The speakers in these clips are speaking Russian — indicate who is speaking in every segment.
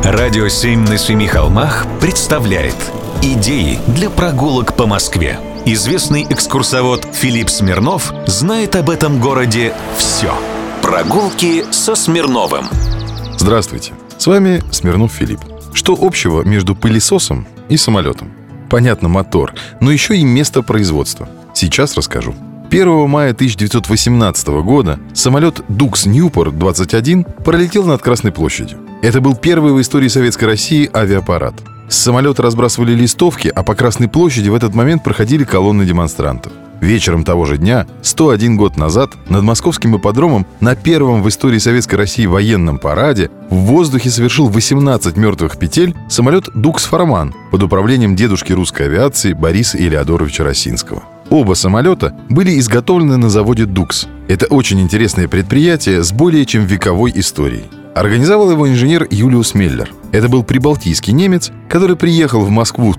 Speaker 1: Радио 7 на семи холмах представляет идеи для прогулок по Москве. Известный экскурсовод Филипп Смирнов знает об этом городе все. Прогулки со Смирновым.
Speaker 2: Здравствуйте, с вами Смирнов Филипп. Что общего между пылесосом и самолетом? Понятно, мотор, но еще и место производства. Сейчас расскажу. 1 мая 1918 года самолет Dux Newport-21 пролетел над Красной площадью. Это был первый в истории Советской России авиапарат. С самолета разбрасывали листовки, а по Красной площади в этот момент проходили колонны демонстрантов. Вечером того же дня, 101 год назад, над московским ипподромом на первом в истории Советской России военном параде в воздухе совершил 18 мертвых петель самолет Dux Farman под управлением дедушки русской авиации Бориса Илеодоровича Росинского. Оба самолета были изготовлены на заводе Dux. Это очень интересное предприятие с более чем вековой историей. Организовал его инженер Юлиус Меллер. Это был прибалтийский немец, который приехал в Москву в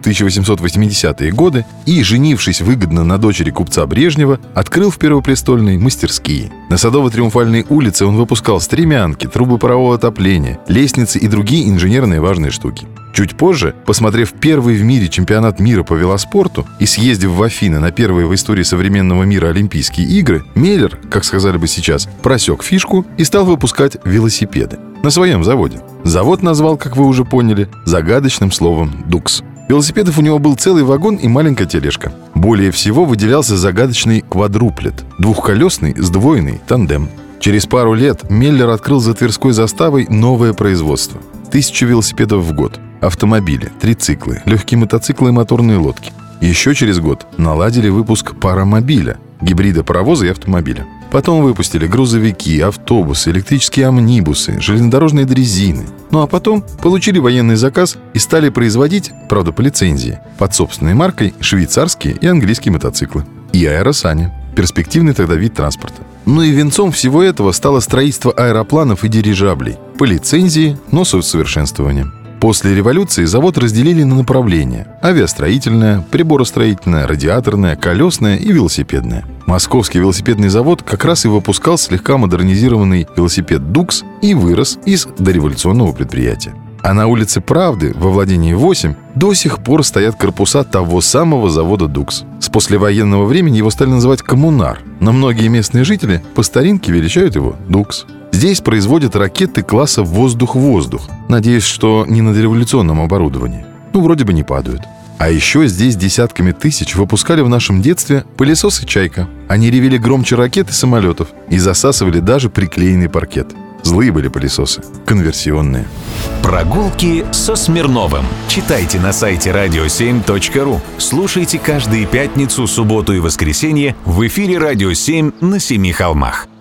Speaker 2: 1880-е годы и, женившись выгодно на дочери купца Брежнева, открыл в Первопрестольной мастерские. На Садово-Триумфальной улице он выпускал стремянки, трубы парового отопления, лестницы и другие инженерные важные штуки. Чуть позже, посмотрев первый в мире чемпионат мира по велоспорту и съездив в Афины на первые в истории современного мира Олимпийские игры, Меллер, как сказали бы сейчас, просек фишку и стал выпускать велосипеды на своем заводе. Завод назвал, как вы уже поняли, загадочным словом «Dux». Велосипедов у него был целый вагон и маленькая тележка. Более всего выделялся загадочный квадруплет – двухколесный сдвоенный тандем. Через пару лет Меллер открыл за Тверской заставой новое производство. 1000 велосипедов в год, автомобили, трициклы, легкие мотоциклы и моторные лодки. Еще через год наладили выпуск паромобиля, гибрида паровоза и автомобиля. Потом выпустили грузовики, автобусы, электрические амнибусы, железнодорожные дрезины. Ну а потом получили военный заказ и стали производить, правда по лицензии, под собственной маркой швейцарские и английские мотоциклы. И аэросани. Перспективный тогда вид транспорта. Ну и венцом всего этого стало строительство аэропланов и дирижаблей. По лицензии, но с усовершенствованием. После революции завод разделили на направления: авиастроительное, приборостроительное, радиаторное, колесное и велосипедное. Московский велосипедный завод как раз и выпускал слегка модернизированный велосипед Dux и вырос из дореволюционного предприятия. А на улице Правды, во владении 8, до сих пор стоят корпуса того самого завода Dux. С послевоенного времени его стали называть «Коммунар», но многие местные жители по старинке величают его Dux. Здесь производят ракеты класса «воздух-воздух». Надеюсь, что не на дореволюционном оборудовании. Ну, вроде бы не падают. А еще здесь десятками тысяч выпускали в нашем детстве пылесосы «Чайка». Они ревели громче ракет и самолетов и засасывали даже приклеенный паркет. Злые были пылесосы, конверсионные.
Speaker 1: Прогулки со Смирновым. Читайте на сайте radio7.ru. Слушайте каждые пятницу, субботу и воскресенье в эфире «Радио 7» на Семи холмах.